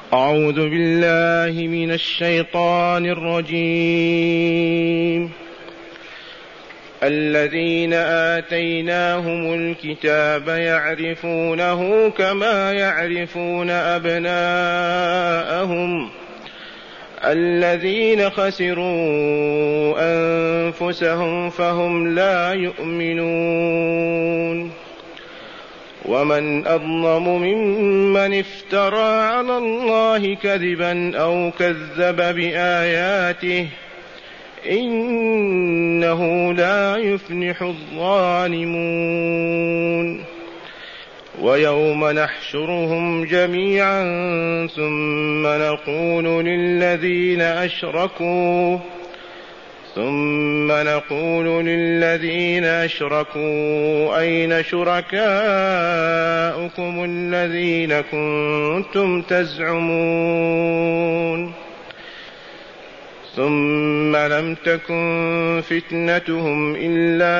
أعوذ بالله من الشيطان الرجيم. الذين آتيناهم الكتاب يعرفونه كما يعرفون أبناءهم الذين خسروا أنفسهم فهم لا يؤمنون. ومن أظلم ممن افترى على الله كذبا أو كذب بآياته إنه لا يفلح الظالمون. ويوم نحشرهم جميعا ثم نقول للذين أشركوا أين شركاؤكم الذين كنتم تزعمون ثم لم تكن فتنتهم إلا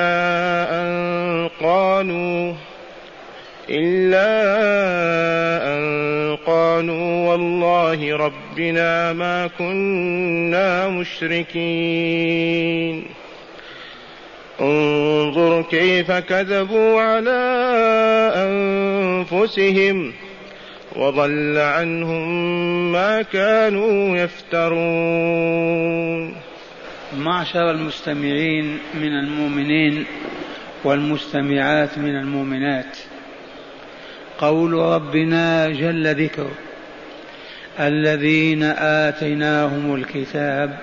أن قالوا والله ربنا ما كنا مشركين. انظر كيف كذبوا على أنفسهم وضل عنهم ما كانوا يفترون. معشر المستمعين من المؤمنين والمستمعات من المؤمنات، قول ربنا جل ذكره الذين آتيناهم الكتاب،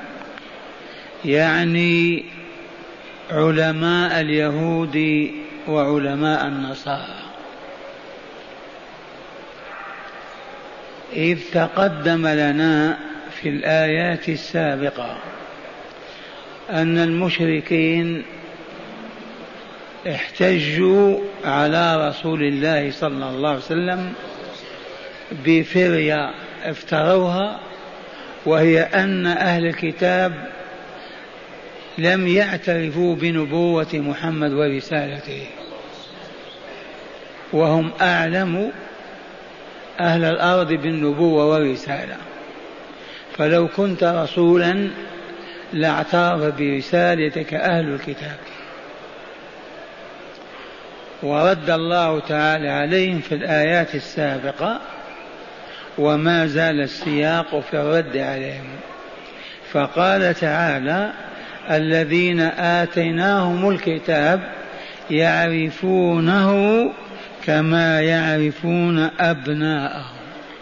يعني علماء اليهود وعلماء النصارى. إذ تقدم لنا في الآيات السابقة أن المشركين احتجوا على رسول الله صلى الله عليه وسلم بفرية افتروها، وهي أن أهل الكتاب لم يعترفوا بنبوة محمد ورسالته، وهم أعلم أهل الأرض بالنبوة والرسالة، فلو كنت رسولا لاعترف برسالتك أهل الكتاب. ورد الله تعالى عليهم في الآيات السابقة، وما زال السياق في الرد عليهم، فقال تعالى الذين آتيناهم الكتاب يعرفونه كما يعرفون أبناءهم.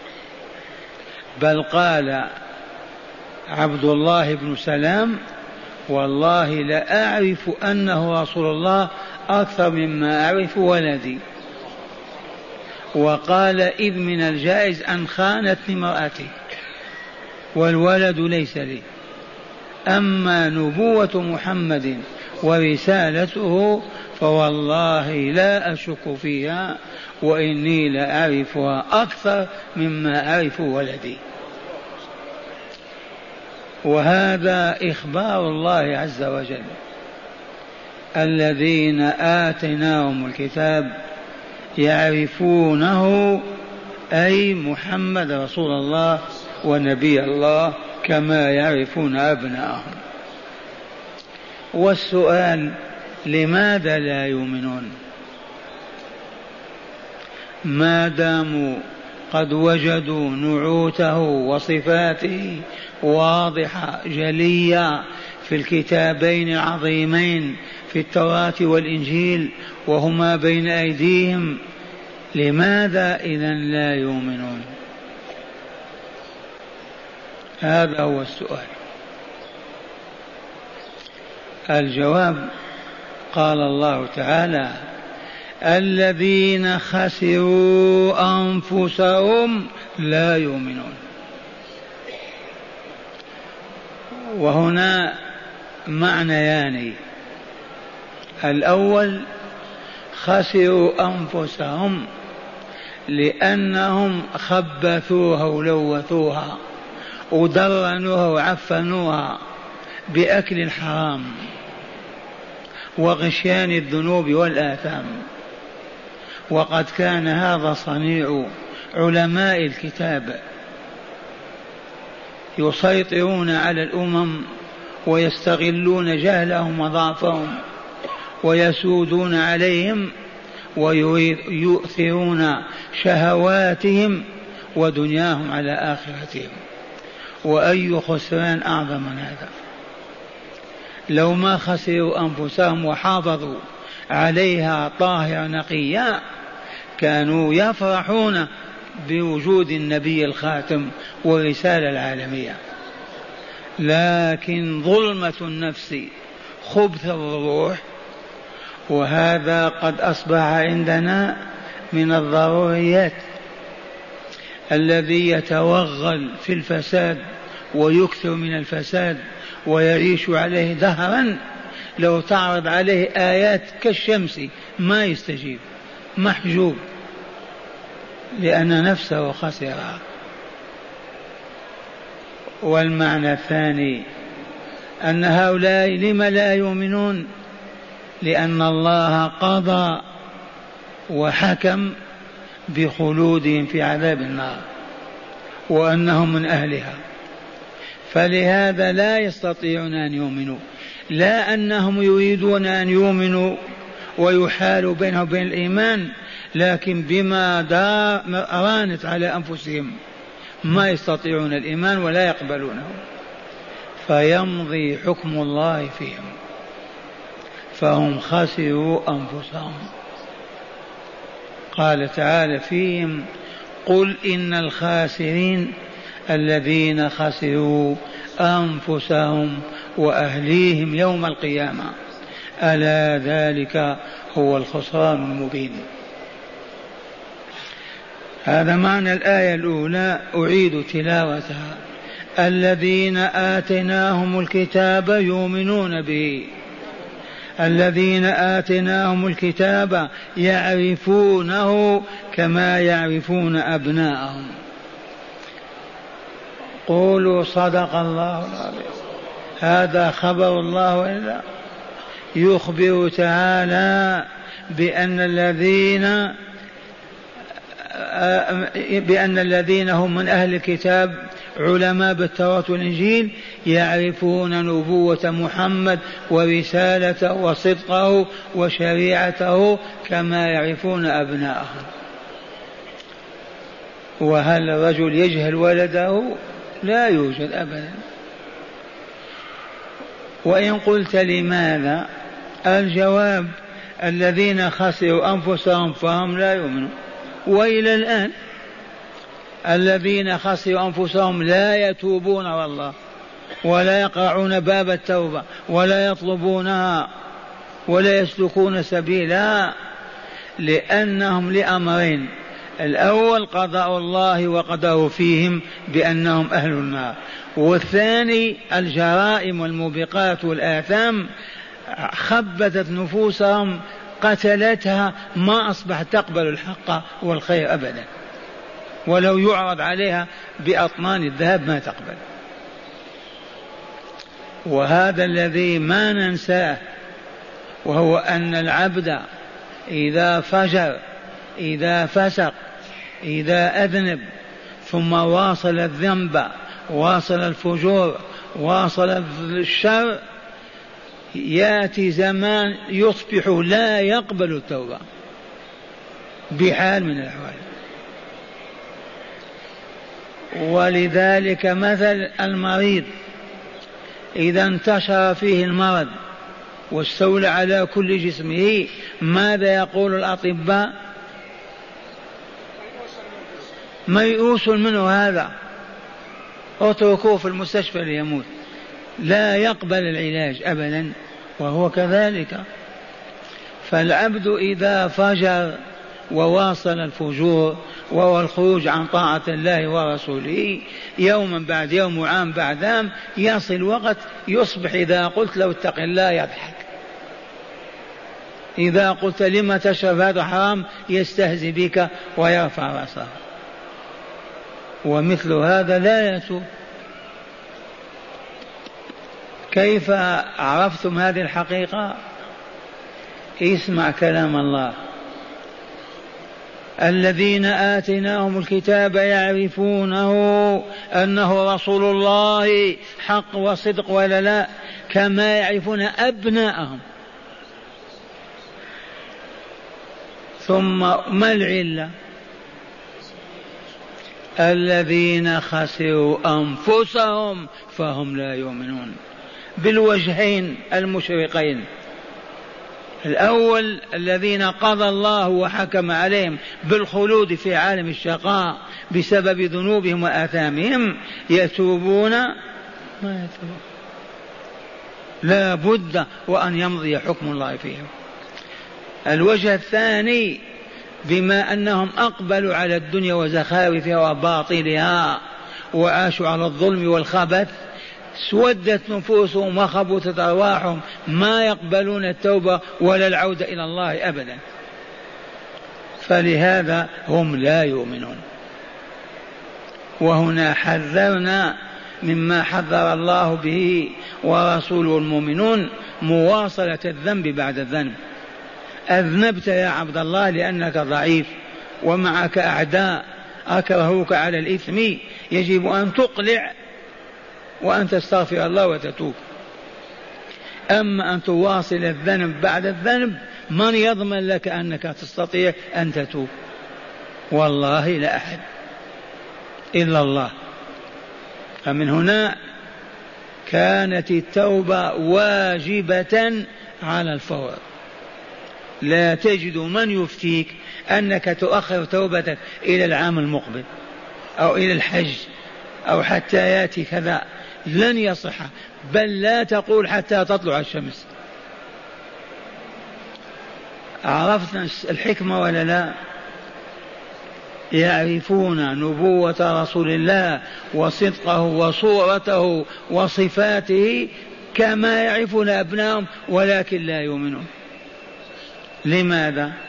بل قال عبد الله بن سلام والله لأعرف أنه رسول الله أكثر مما أعرف ولدي. وقال إذ من الجائز أن خانتني امرأتي والولد ليس لي، أما نبوة محمد ورسالته فوالله لا أشك فيها وإني لأعرفها أكثر مما أعرف ولدي. وهذا إخبار الله عز وجل. الذين آتيناهم الكتاب يعرفونه أي محمد رسول الله ونبي الله كما يعرفون أبناءهم. والسؤال لماذا لا يؤمنون ما داموا قد وجدوا نعوته وصفاته واضحة جلية في الكتابين العظيمين في التوراة والإنجيل وهما بين أيديهم؟ لماذا إذن لا يؤمنون؟ هذا هو السؤال. الجواب قال الله تعالى الذين خسروا أنفسهم لا يؤمنون. وهنا معنيان: الأول خسروا أنفسهم لأنهم خبثوها ولوثوها ودرنوها وعفنوها بأكل الحرام وغشيان الذنوب والآثام، وقد كان هذا صنيع علماء الكتاب يسيطرون على الأمم ويستغلون جهلهم وضعفهم ويسودون عليهم ويؤثرون شهواتهم ودنياهم على آخرتهم. وأي خسران أعظم من هذا؟ لو ما خسروا أنفسهم وحافظوا عليها طاهرة نقية كانوا يفرحون بوجود النبي الخاتم والرسالة العالمية. لكن ظلمة النفس خبث الروح، وهذا قد أصبح عندنا من الضروريات. الذي يتوغل في الفساد ويكثر من الفساد ويعيش عليه دهرا لو تعرض عليه آيات كالشمس ما يستجيب، محجوب، لأن نفسه خسرها. والمعنى الثاني أن هؤلاء لم لا يؤمنون؟ لأن الله قضى وحكم بخلودهم في عذاب النار وأنهم من أهلها، فلهذا لا يستطيعون أن يؤمنوا. لا أنهم يريدون أن يؤمنوا ويحال بينهم وبين الإيمان، لكن بما رانت على أنفسهم ما يستطيعون الإيمان ولا يقبلونه، فيمضي حكم الله فيهم فهم خسروا أنفسهم. قال تعالى فيهم: قل إن الخاسرين الذين خسروا أنفسهم وأهليهم يوم القيامة ألا ذلك هو الخسران المبين. هذا معنى الآية الأولى، أعيد تلاوتها: الذين آتيناهم الكتاب يؤمنون به. الذين آتيناهم الكتاب يعرفونه كما يعرفون أبناءهم. قولوا صدق الله العظيم. هذا خبر الله وإلا؟ يخبر تعالى بأن الذين هم من أهل الكتاب علماء بالتوراة والإنجيل يعرفون نبوة محمد ورسالته وصدقه وشريعته كما يعرفون أبناءهم. وهل الرجل يجهل ولده؟ لا يوجد أبدا. وإن قلت لماذا؟ الجواب: الذين خسروا أنفسهم فهم لا يؤمنون، وإلى الآن الذين خسروا أنفسهم لا يتوبون والله، ولا يقرعون باب التوبة ولا يطلبونها ولا يسلكون سبيلا، لأنهم لأمرين: الأول قضاء الله وقدره فيهم بأنهم أهل النار، والثاني الجرائم والموبقات والآثام خبثت نفوسهم قتلتها، ما أصبحت تقبل الحق والخير أبدا، ولو يعرض عليها بأطنان الذهب ما تقبل. وهذا الذي ما ننساه، وهو أن العبد إذا فجر، إذا فسق، إذا أذنب ثم واصل الذنب، واصل الفجور، واصل الشر، يأتي زمان يصبح لا يقبل التوبة بحال من الأحوال. ولذلك مثل المريض إذا انتشر فيه المرض واستولى على كل جسمه، ماذا يقول الأطباء؟ ميؤوس منه هذا، اتركوه في المستشفى ليموت، لا يقبل العلاج أبدا. وهو كذلك. فالعبد إذا فجر وواصل الفجور وهو الخروج عن طاعة الله ورسوله يوما بعد يوم وعام بعد عام، يصل وقت يصبح إذا قلت له اتق الله يضحك، إذا قلت لما تشرب هذا حرام يستهزئ بك ويرفع رأسه. ومثل هذا لا يتوب. كيف عرفتم هذه الحقيقة؟ اسمع كلام الله: الذين آتيناهم الكتاب يعرفونه أنه رسول الله حق وصدق ولا لا، كما يعرفون أبناءهم. ثم ما العلة؟ الذين خسروا أنفسهم فهم لا يؤمنون، بالوجهين المشرقين. الأول الذين قضى الله وحكم عليهم بالخلود في عالم الشقاء بسبب ذنوبهم وآثامهم، يتوبون ما يتوبون، لا بد وأن يمضي حكم الله فيهم. الوجه الثاني بما أنهم أقبلوا على الدنيا وزخارفها وباطلها وعاشوا على الظلم والخبث، سودت نفوسهم وخبثت أرواحهم، ما يقبلون التوبة ولا العودة إلى الله أبدا، فلهذا هم لا يؤمنون. وهنا حذرنا مما حذر الله به ورسوله المؤمنون، مواصلة الذنب بعد الذنب. أذنبت يا عبد الله لأنك ضعيف ومعك أعداء أكرهوك على الإثم، يجب أن تقلع وأن تستغفر الله وتتوب. أما أن تواصل الذنب بعد الذنب، من يضمن لك أنك تستطيع أن تتوب؟ والله لا أحد إلا الله. فمن هنا كانت التوبة واجبة على الفور. لا تجد من يفتيك أنك تؤخر توبتك إلى العام المقبل أو إلى الحج أو حتى يأتي كذا، لن يصح. بل لا تقول حتى تطلع الشمس. عرفنا الحكمة ولا لا؟ يعرفون نبوة رسول الله وصدقه وصورته وصفاته كما يعرفون أبنائهم، ولكن لا يؤمنون. لماذا؟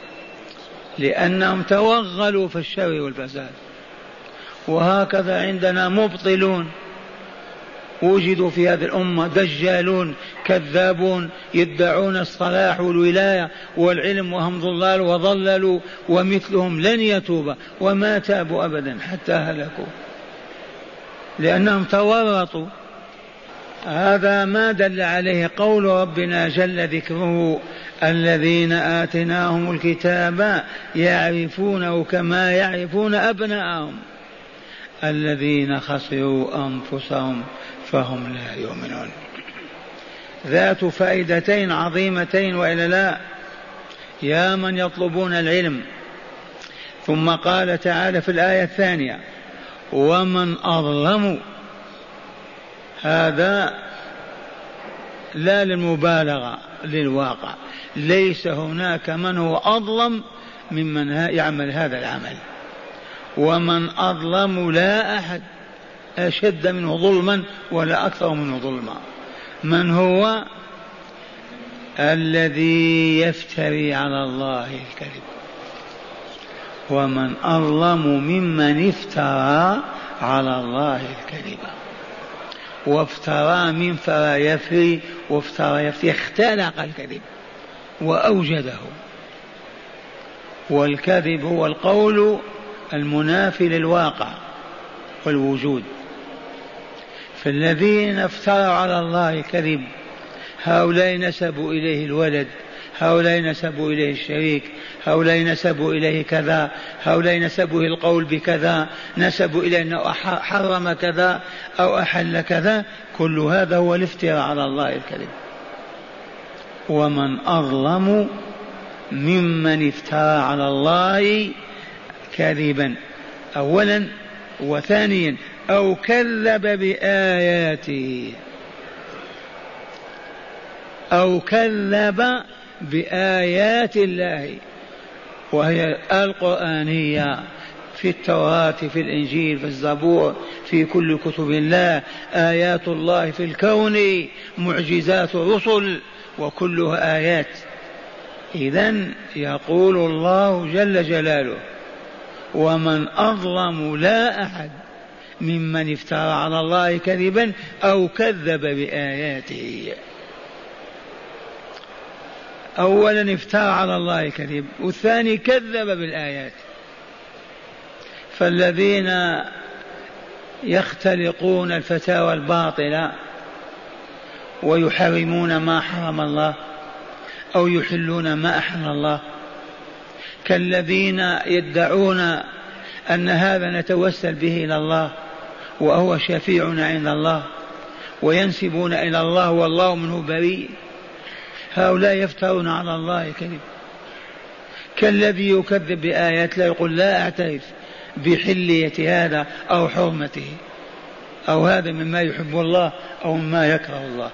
لأنهم توغلوا في الشر والفساد. وهكذا عندنا مبطلون وجدوا في هذه الأمة، دجالون كذابون يدعون الصلاح والولاية والعلم وهم ضلال وضللوا، ومثلهم لن يتوب وما تابوا أبدا حتى هلكوا لأنهم تورطوا. هذا ما دل عليه قول ربنا جل ذكره: الذين آتيناهم الكتاب يعرفونه كما يعرفون أبناءهم الذين خسروا أنفسهم فهم لا يؤمنون. ذات فائدتين عظيمتين وإلا لا، يا من يطلبون العلم. ثم قال تعالى في الآية الثانية: ومن أظلم. هذا لا للمبالغة، للواقع. ليس هناك من هو أظلم ممن يعمل هذا العمل. ومن أظلم، لا أحد أشد منه ظلما ولا أكثر منه ظلما. من هو؟ الذي يفتري على الله الكذب. ومن أظلم ممن افترى على الله الكذب. وافترى من فرى يفري، وافترى يفتري، اختلق الكذب وأوجده. والكذب هو القول المنافي للواقع والوجود. فالذين افتروا على الله الكذب هؤلاء نسبوا إليه الولد، هؤلاء نسبوا إليه الشريك، هؤلاء نسبوا إليه كذا، هؤلاء نسبوا القول بكذا، نسبوا إليه أنه حرم كذا أو أحل كذا. كل هذا هو الافتراء على الله الكذب. ومن أظلم ممن افترى على الله كذبا أولا، وثانيا أو كذب بآياته، أو كذب بآيات الله وهي القرآنية في التوراة، في الإنجيل، في الزبور، في كل كتب الله. آيات الله في الكون، معجزات الرسل، وكلها آيات. إذن يقول الله جل جلاله: ومن أظلم، لا أحد ممن افترى على الله كذبا أو كذب بآياته. أولا افترى على الله كذب، والثاني كذب بالآيات. فالذين يختلقون الفتاوى الباطلة ويحرمون ما حرم الله أو يحلون ما أحل الله، كالذين يدعون أن هذا نتوسل به إلى الله وهو شفيعنا عند الله، وينسبون إلى الله والله منه بريء. هؤلاء يفترون على الله كذب. كالذي يكذب بآيات لا، يقول لا أعترف بحلية هذا أو حرمته، أو هذا مما يحب الله أو مما يكره الله.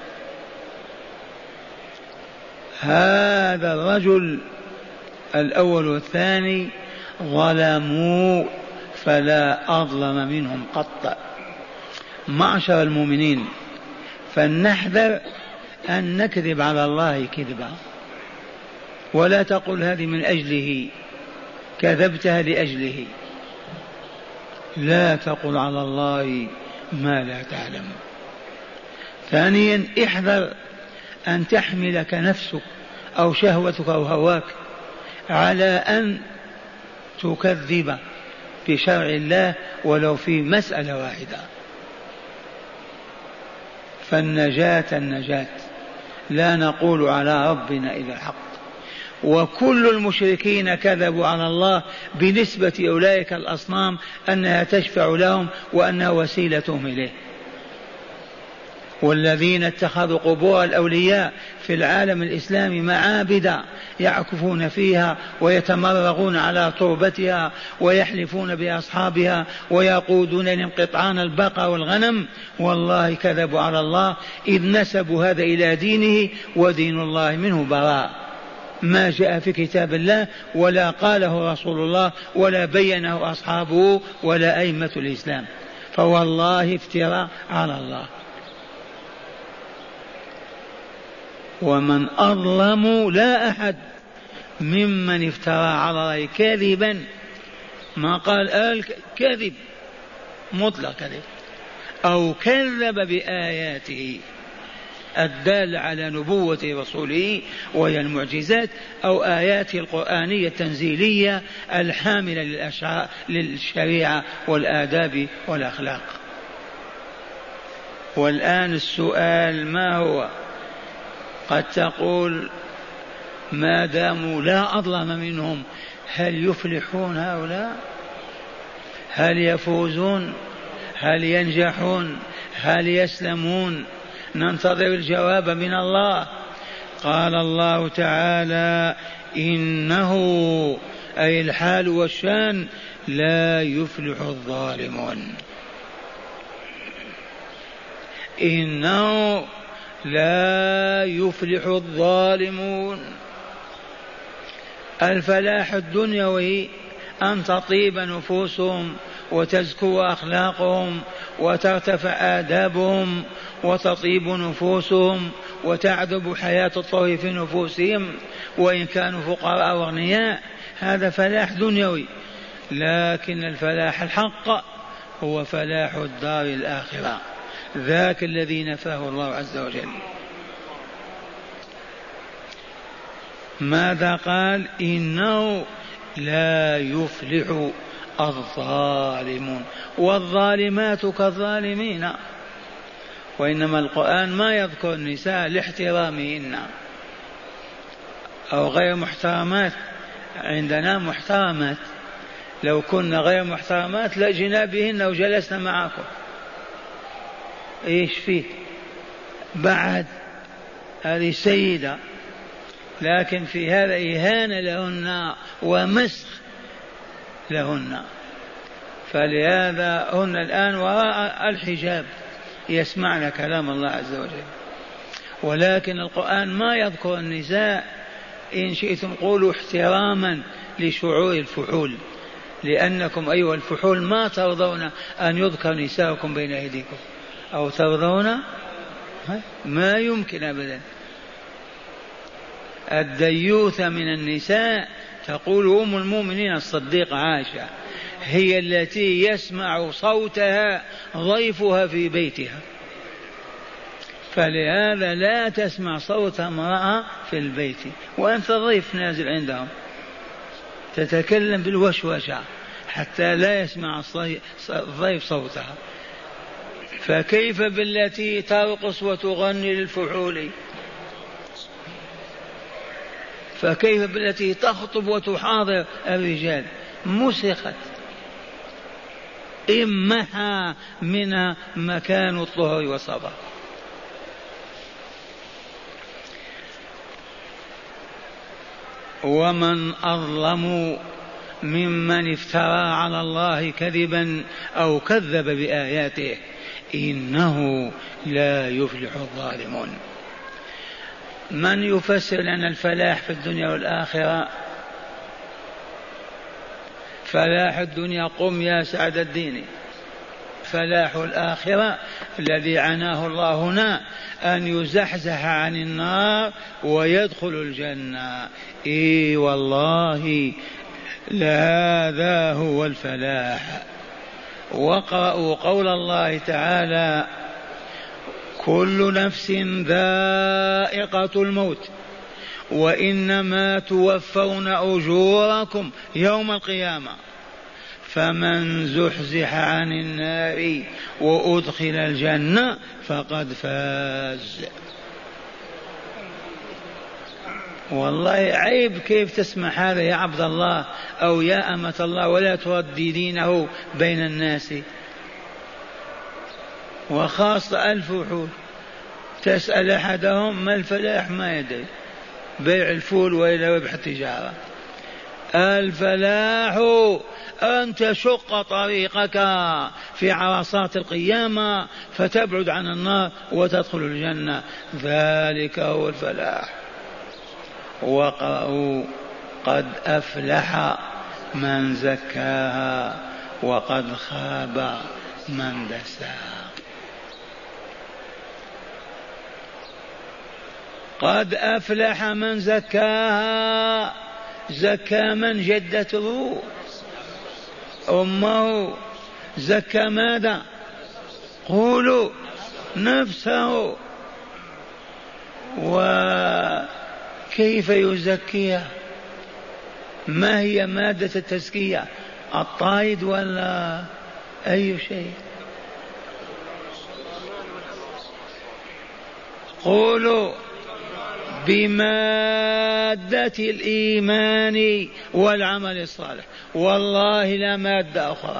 هذا الرجل الأول والثاني ظلموا فلا أظلم منهم قط. معشر المؤمنين، فلنحذر أن نكذب على الله كذبا، ولا تقل هذه من أجله كذبتها لأجله. لا تقل على الله ما لا تعلم. ثانيا احذر أن تحملك نفسك أو شهوتك أو هواك على أن تكذب بشرع الله ولو في مسألة واحدة. النجاة لا نقول على ربنا إلا الحق. وكل المشركين كذبوا على الله بنسبة أولئك الأصنام أنها تشفع لهم وأنها وسيلتهم إليه. والذين اتخذوا قبور الأولياء في العالم الإسلامي معابد يعكفون فيها ويتمرغون على تربتها ويحلفون بأصحابها ويقودون لهم قطعان البقر والغنم، والله كذبوا على الله إذ نسبوا هذا إلى دينه ودين الله منه براء. ما جاء في كتاب الله ولا قاله رسول الله ولا بينه أصحابه ولا أئمة الإسلام، فوالله افتراء على الله. ومن أظلم لا أحد ممن افترى على الله كذبا، ما قال كذب مطلق كذب، أو كذب بآياته الدالة على نبوة رسوله وهي المعجزات، أو آياته القرآنية التنزيلية الحاملة للشريعة والآداب والأخلاق. والآن السؤال ما هو؟ قد تقول ما داموا لا أظلم منهم هل يفلحون هؤلاء؟ هل يفوزون؟ هل ينجحون؟ هل يسلمون؟ ننتظر الجواب من الله. قال الله تعالى إنه أي الحال والشان لا يفلح الظالمون. إنه لا يفلح الظالمون. الفلاح الدنيوي أن تطيب نفوسهم وتزكو أخلاقهم وترتفع آدابهم وتطيب نفوسهم وتعذب حياة الطهر في نفوسهم وإن كانوا فقراء وأغنياء، هذا فلاح دنيوي. لكن الفلاح الحق هو فلاح الدار الآخرة، ذاك الذي نفاه الله عز وجل. ماذا قال؟ إنه لا يفلح الظالمون، والظالمات كالظالمين. وإنما القرآن ما يذكر النساء لاحترامهن أو غير محترمات، عندنا محترمات، لو كنا غير محترمات لجنا بهن وجلسنا معكم. ايش فيه بعد؟ هذه سيدة، لكن في هذا إهانة لهن ومسخ لهن. فلهذا هن الآن وراء الحجاب يسمعن كلام الله عز وجل. ولكن القرآن ما يذكر النساء، إن شئتم قولوا احتراما لشعور الفحول، لأنكم أيها الفحول ما ترضون أن يذكر نساءكم بين أيديكم، أو ترضون؟ ما يمكن أبدا. الديوثة من النساء تقول أم المؤمنين الصديقة عائشة هي التي يسمع صوتها ضيفها في بيتها، فلهذا لا تسمع صوت امرأة في البيت وأنت ضيف نازل عندهم، تتكلم بالوشوشة حتى لا يسمع الضيف صوتها. فكيف بالتي ترقص وتغني للفحول؟ فكيف بالتي تخطب وتحاضر الرجال؟ مسخت، امحى من مكان الطهر والصبر. ومن أظلم ممن افترى على الله كذبا أو كذب بآياته إنه لا يفلح الظالمون. من يفسر لنا الفلاح في الدنيا والآخرة؟ فلاح الدنيا قم يا سعد الدين، فلاح الآخرة الذي عناه الله هنا أن يزحزح عن النار ويدخل الجنة. إي والله هذا هو الفلاح. وقرأوا قول الله تعالى كل نفس ذائقة الموت وإنما توفون أجوركم يوم القيامة فمن زحزح عن النار وأدخل الجنة فقد فاز. والله عيب كيف تسمع هذا يا عبد الله أو يا أمة الله ولا ترددينه بين الناس، وخاصة الفحول. تسأل أحدهم ما الفلاح ما يدري، بيع الفول وإلى ربح التجارة. الفلاح أن تشق طريقك في عرصات القيامة فتبعد عن النار وتدخل الجنة، ذلك هو الفلاح. وقرأوا قد أفلح من زكاها وقد خاب من دساها. قد أفلح من زكاها، زكى من؟ جدته أمه. زكى ماذا؟ قولوا نفسه. وكيف يزكيها؟ ما هي مادة التزكية؟ الطايد ولا أي شيء؟ قولوا بمادة الإيمان والعمل الصالح. والله لا مادة أخرى.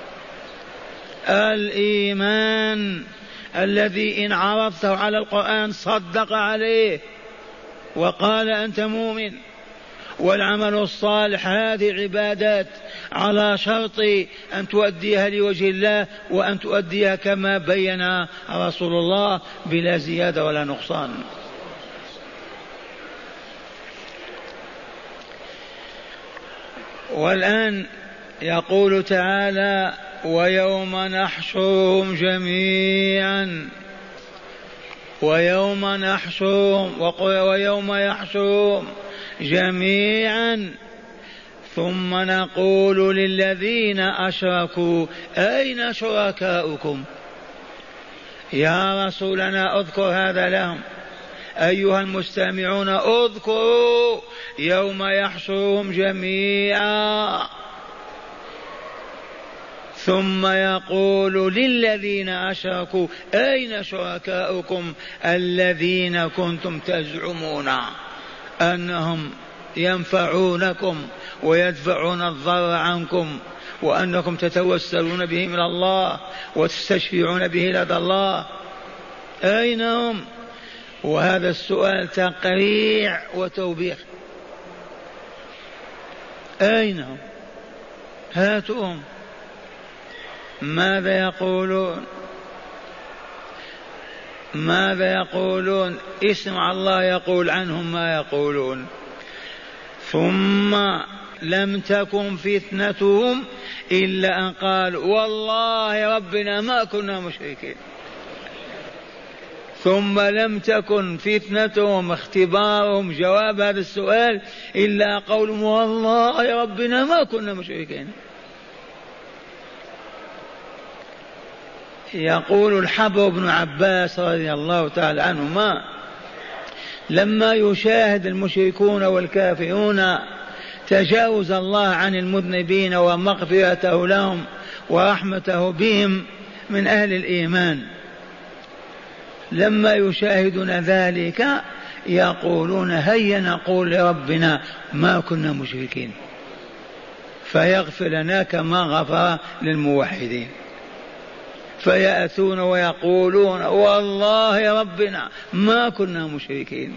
الإيمان الذي إن عرضته على القرآن صدق عليه وقال أنت مؤمن، والعمل الصالح هذه عبادات على شرط أن تؤديها لوجه الله وأن تؤديها كما بين رسول الله بلا زيادة ولا نقصان. والآن يقول تعالى ويوم نحشرهم جميعا، ويوم نحشرهم ويوم يحشرهم جميعا ثم نقول للذين أشركوا أين شركاؤكم؟ يا رسولنا اذكر هذا لهم. أيها المستمعون اذكروا يوم يحشرهم جميعا ثم يقول للذين أشركوا أين شركاؤكم الذين كنتم تزعمون أنهم ينفعونكم ويدفعون الضر عنكم وأنكم تتوسلون بهم إلى الله وتستشفعون به لدى الله، أين هم؟ وهذا السؤال تقريع وتوبيخ. أين هم؟ هاتوهم. ماذا يقولون؟ ماذا يقولون؟ اسمع الله يقول عنهم ما يقولون. ثم لم تكن فتنتهم إلا أن قالوا والله ربنا ما كنا مشركين. ثم لم تكن فتنتهم اختبارهم جواب هذا السؤال إلا قولهم والله ربنا ما كنا مشركين. يقول الحبر بن عباس رضي الله تعالى عنهما لما يشاهد المشركون والكافرون تجاوز الله عن المذنبين ومغفرته لهم ورحمته بهم من أهل الإيمان، لما يشاهدون ذلك يقولون هيا نقول لربنا ما كنا مشركين فيغفر لنا كما غفر للموحدين، فيأتون ويقولون والله ربنا ما كنا مشركين.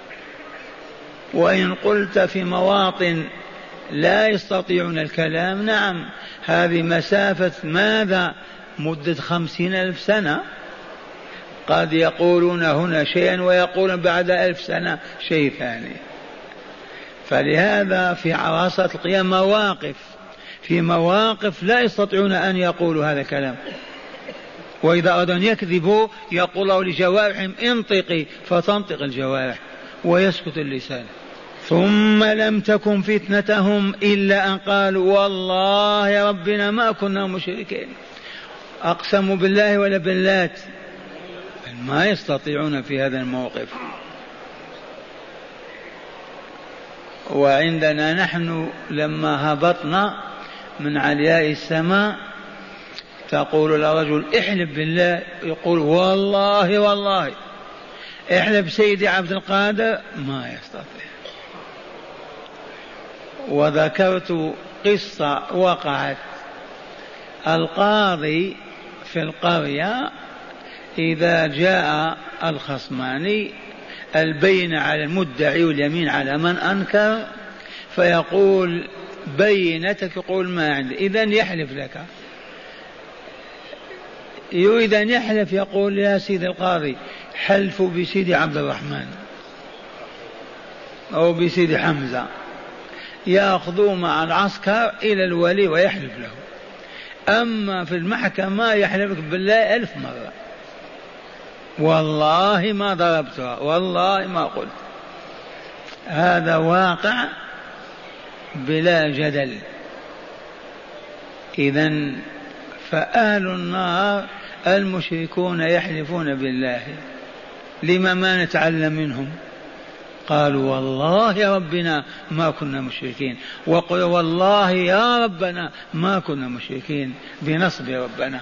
وإن قلت في مواطن لا يستطيعون الكلام، نعم، هذه مسافة ماذا؟ مدة 50,000 سنة، قد يقولون هنا شيئا ويقولون بعد 1000 سنة شيء ثاني. فلهذا في عرصة القيامة في مواقف لا يستطيعون أن يقولوا هذا الكلام، وإذا أرادوا أن يكذبوا يقول الله لجوارحهم انطقي فتنطق الجوارح ويسكت اللسان. ثم لم تكن فتنتهم إلا أن قالوا والله ربنا ما كنا مشركين. أقسموا بالله ولا باللات؟ ما يستطيعون في هذا الموقف. وعندنا نحن لما هبطنا من علياء السماء تقول لرجل احلف بالله، يقول والله والله. احلف سيدي عبد القادر، ما يستطيع. وذكرت قصة وقعت، القاضي في القرية إذا جاء الخصمان البينة على المدعي واليمين على من أنكر فيقول بينتك، يقول ما عندي، إذن يحلف لك. يريد أن يحلف يقول يا سيدي القاضي حلفوا بسيدي عبد الرحمن أو بسيدي حمزة، يأخذوا مع العسكر إلى الولي ويحلف له. أما في المحكمة يحلفك بالله 1000 مرة، والله ما ضربتها، والله ما قلت. هذا واقع بلا جدل. إذن فأهل النار المشركون يحلفون بالله، لما ما نتعلم منهم؟ قالوا والله يا ربنا ما كنا مشركين، وقل والله يا ربنا ما كنا مشركين بنصب ربنا.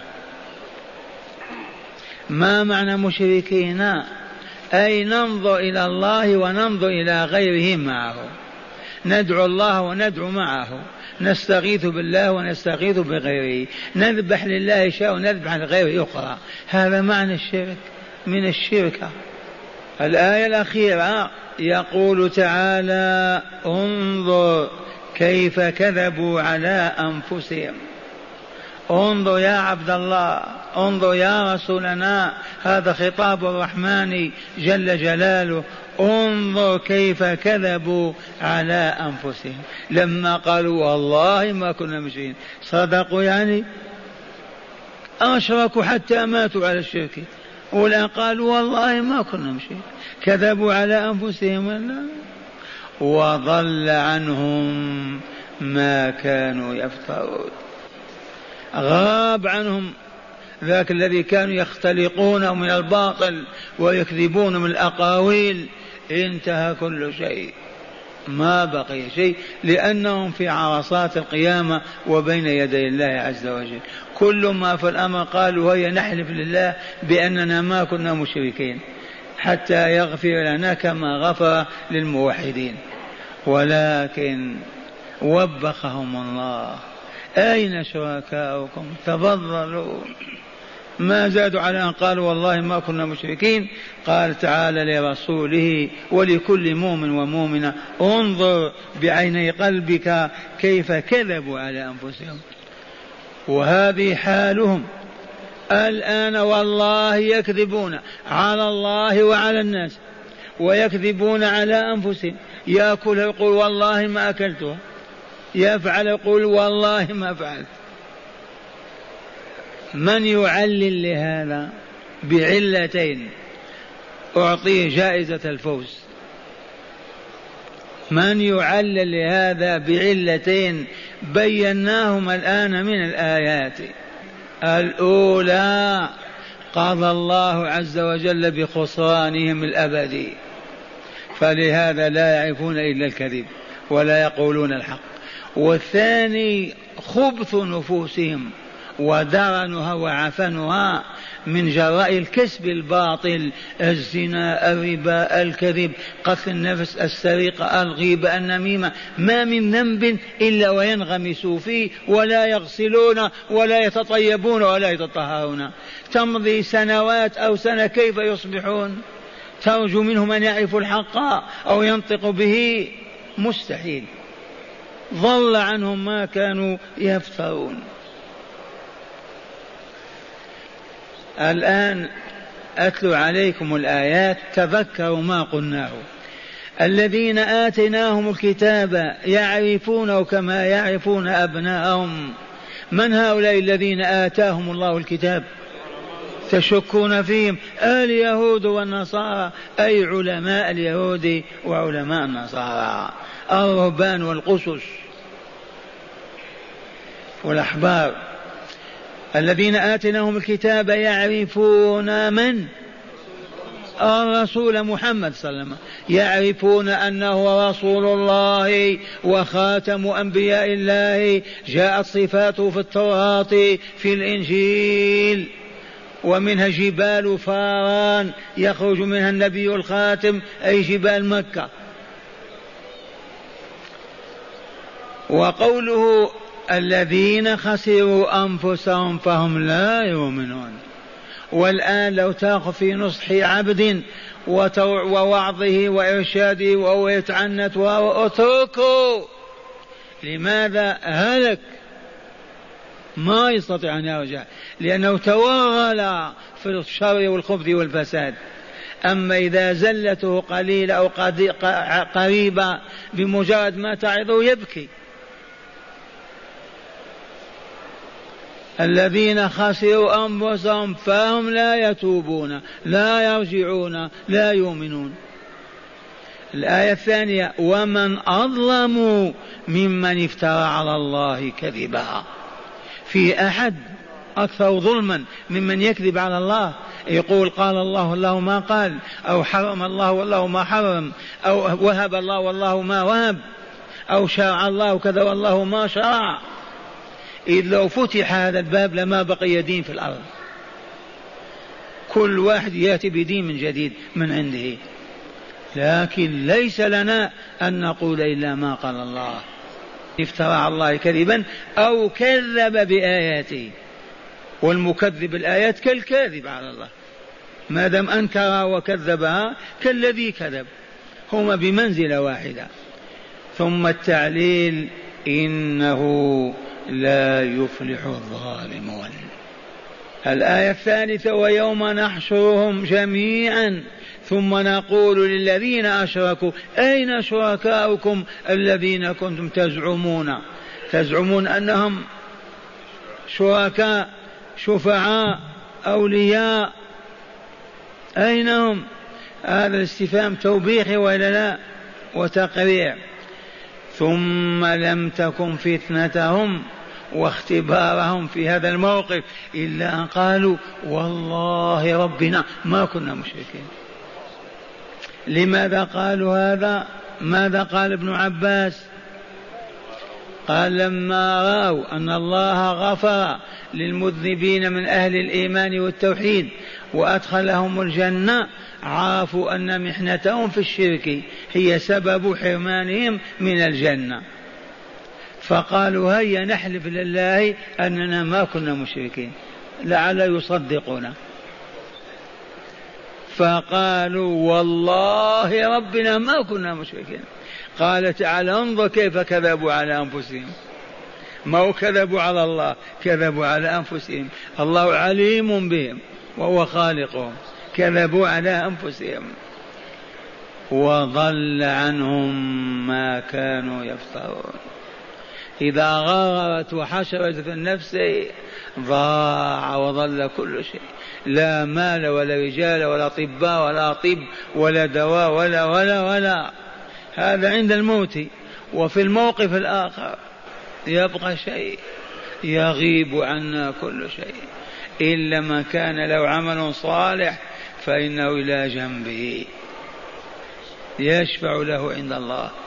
ما معنى مشركين؟ أي ننظر إلى الله وننظر إلى غيره معه، ندعو الله وندعو معه، نستغيث بالله ونستغيث بغيره، نذبح لله شيء ونذبح لغيره أخرى. هذا معنى الشرك من الشركة. الآية الأخيرة يقول تعالى انظر كيف كذبوا على أنفسهم. انظر يا عبد الله، انظر يا رسولنا، هذا خطاب الرحمن جل جلاله. انظر كيف كذبوا على أنفسهم لما قالوا والله ما كنا مشركين. صدقوا يعني أشركوا حتى ماتوا على الشرك، ولا قالوا والله ما كنا مشركين، كذبوا على أنفسهم وضل عنهم ما كانوا يفترون. غاب عنهم ذاك الذي كانوا يختلقونه من الباطل ويكذبون من الأقاويل، انتهى كل شيء، ما بقي شيء، لأنهم في عرصات القيامة وبين يدي الله عز وجل. كل ما في الأمر قالوا هيا نحلف لله بأننا ما كنا مشركين حتى يغفر لنا كما غفر للموحدين. ولكن وبخهم الله، أين شركاؤكم؟ تفضلوا. ما زادوا على أن قالوا والله ما كنا مشركين. قال تعالى لرسوله ولكل مؤمن ومؤمنة انظر بعيني قلبك كيف كذبوا على أنفسهم. وهذه حالهم الآن، والله يكذبون على الله وعلى الناس ويكذبون على أنفسهم. يأكل يقول والله ما أكلتها، يفعل يقول والله ما فعلت. من يعلل لهذا؟ بعلتين أعطيه جائزة الفوز. من يعلل لهذا بعلتين بيناهما الآن من الآيات. الأولى قضى الله عز وجل بخسرانهم الأبدي، فلهذا لا يعرفون إلا الكذب ولا يقولون الحق. والثاني خبث نفوسهم ودرنها وعفنها من جراء الكسب الباطل، الزنا، الربا، الكذب، قتل النفس، السرقة، الغيبة، النميمة، ما من ذنب إلا وينغمسوا فيه ولا يغسلون ولا يتطيبون ولا يتطهرون. تمضي سنوات أو سنة كيف يصبحون؟ ترجو منهم أن يعرفوا الحق أو ينطق به؟ مستحيل. ضل عنهم ما كانوا يفترون. الآن أتلو عليكم الآيات، تذكروا ما قلناه. الذين آتيناهم الكتاب يعرفونه كما يعرفون أبناءهم. من هؤلاء الذين آتاهم الله الكتاب تشكون فيهم؟ اليهود والنصارى، أي علماء اليهود وعلماء النصارى، الرهبان والقسس والأحبار. الذين آتيناهم الكتاب يعرفون من؟ الرسول محمد صلى الله عليه وسلم، يعرفون أنه رسول الله وخاتم أنبياء الله، جاءت صفاته في التوراة في الإنجيل، ومنها جبال فاران يخرج منها النبي الخاتم، أي جبال مكة. وقوله الذين خسروا أنفسهم فهم لا يؤمنون. والآن لو تأخذ في نصح عبد ووعظه وإرشاده وهو يتعنت واتركه، لماذا؟ هلك، ما يستطيع أن يرجع لأنه توغل في الشر والخبث والفساد. أما إذا زلته قليلة أو قريبة بمجرد ما تعظه يبكي. الذين خسروا أنفسهم فهم لا يتوبون لا يرجعون لا يؤمنون. الآية الثانية ومن أظلم ممن افترى على الله كذبا. في أحد أكثر ظلما ممن يكذب على الله، يقول قال الله والله ما قال، أو حرم الله والله ما حرم، أو وهب الله والله ما وهب، أو شرع الله كذا والله ما شرع. إذ لو فتح هذا الباب لما بقي دين في الأرض، كل واحد يأتي بدين من جديد من عنده. لكن ليس لنا أن نقول إلا ما قال الله. افترى على الله كذبا أو كذب بآياته، والمكذب بالآيات كالكاذب على الله، ما دام أنكر وكذبها كالذي كذب، هما بمنزلة واحدة. ثم التعليل إنه لا يفلح الظالمون. الآية الثالثة ويوم نحشرهم جميعا ثم نقول للذين أشركوا أين شركاؤكم الذين كنتم تزعمون أنهم شركاء شفعاء أولياء، أين هم؟ هذا الاستفهام توبيخي ولا لا؟ وتقريع. ثم لم تكن فتنتهم واختبارهم في هذا الموقف إلا أن قالوا والله ربنا ما كنا مشركين. لماذا قالوا هذا؟ ماذا قال ابن عباس؟ قال لما رأوا أن الله غفر للمذنبين من أهل الإيمان والتوحيد وأدخلهم الجنة، عرفوا أن محنتهم في الشرك هي سبب حرمانهم من الجنة، فقالوا هيا نحلف لله أننا ما كنا مشركين لعل يصدقنا. فقالوا والله ربنا ما كنا مشركين. قال تعالى انظر كيف كذبوا على أنفسهم، ما هو كذبوا على الله، كذبوا على أنفسهم، الله عليم بهم وهو خالقهم، كذبوا على أنفسهم. وضل عنهم ما كانوا يفترون. إذا غررت وحشرت في النفس ضاع وضل كل شيء، لا مال ولا رجال ولا طباء ولا طب ولا دواء ولا ولا ولا. هذا عند الموت. وفي الموقف الآخر يبقى شيء، يغيب عنا كل شيء. إلا من كان له عمل صالح فإنه إلى جنبه يشفع له عند الله.